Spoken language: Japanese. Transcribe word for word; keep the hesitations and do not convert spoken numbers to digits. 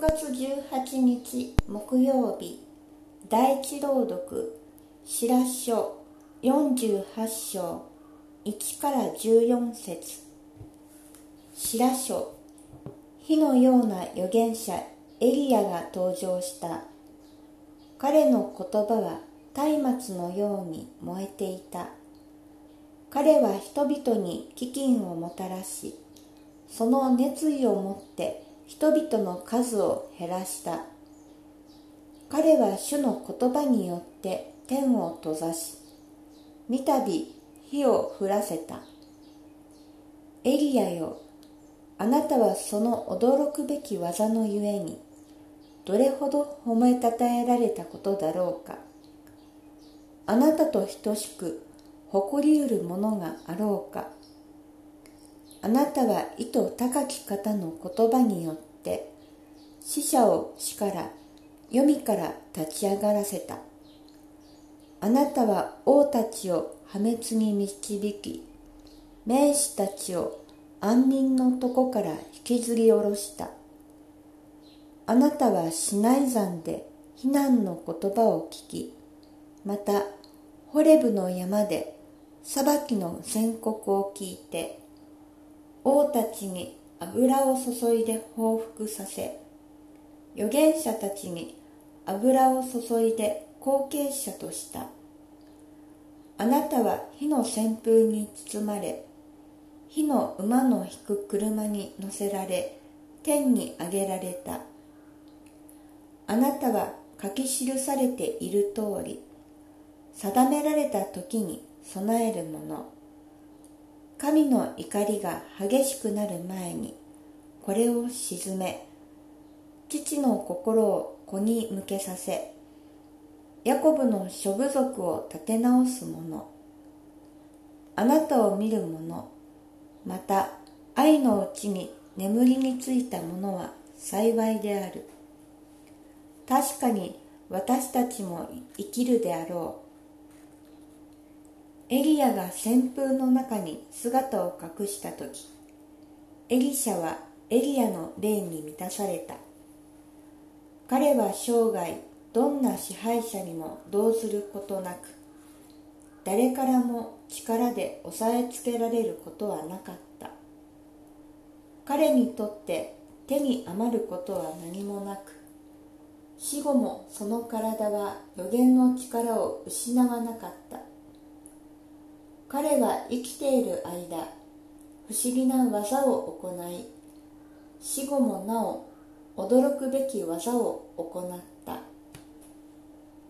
がつじゅうはちにち木曜日、第一朗読、シラ書よんじゅうはちしょういちからじゅうよんせつ。シラ書、火のような預言者エリヤが登場した。彼の言葉は松明のように燃えていた。彼は人々に飢饉をもたらし、その熱意をもって人々の数を減らした。彼は主の言葉によって天を閉ざし、三度火を降らせた。エリヤよ、あなたはその驚くべき技のゆえに、どれほど褒めたたえられたことだろうか。あなたと等しく誇りうるものがあろうか。あなたは意図高き方の言葉によって、死者を死から黄泉から立ち上がらせた。あなたは王たちを破滅に導き、名士たちを安眠の床から引きずり下ろした。あなたはシナイ山で非難の言葉を聞き、またホレブの山で裁きの宣告を聞いて、王たちに油を注いで報復させ、預言者たちに油を注いで後継者とした。あなたは火の旋風に包まれ、火の馬の引く車に乗せられ、天に上げられた。あなたは書き記されている通り、定められた時に備えるもの。神の怒りが激しくなる前に、これを鎮め、父の心を子に向けさせ、ヤコブの諸部族を立て直す者。あなたを見る者、また愛のうちに眠りについた者は幸いである。確かに私たちも生きるであろう。エリヤが旋風の中に姿を隠したとき、エリシャはエリヤの霊に満たされた。彼は生涯どんな支配者にも動ずることなく、誰からも力で押さえつけられることはなかった。彼にとって手に余ることは何もなく、死後もその体は預言の力を失わなかった。彼は生きている間、不思議な技を行い、死後もなお驚くべき技を行った。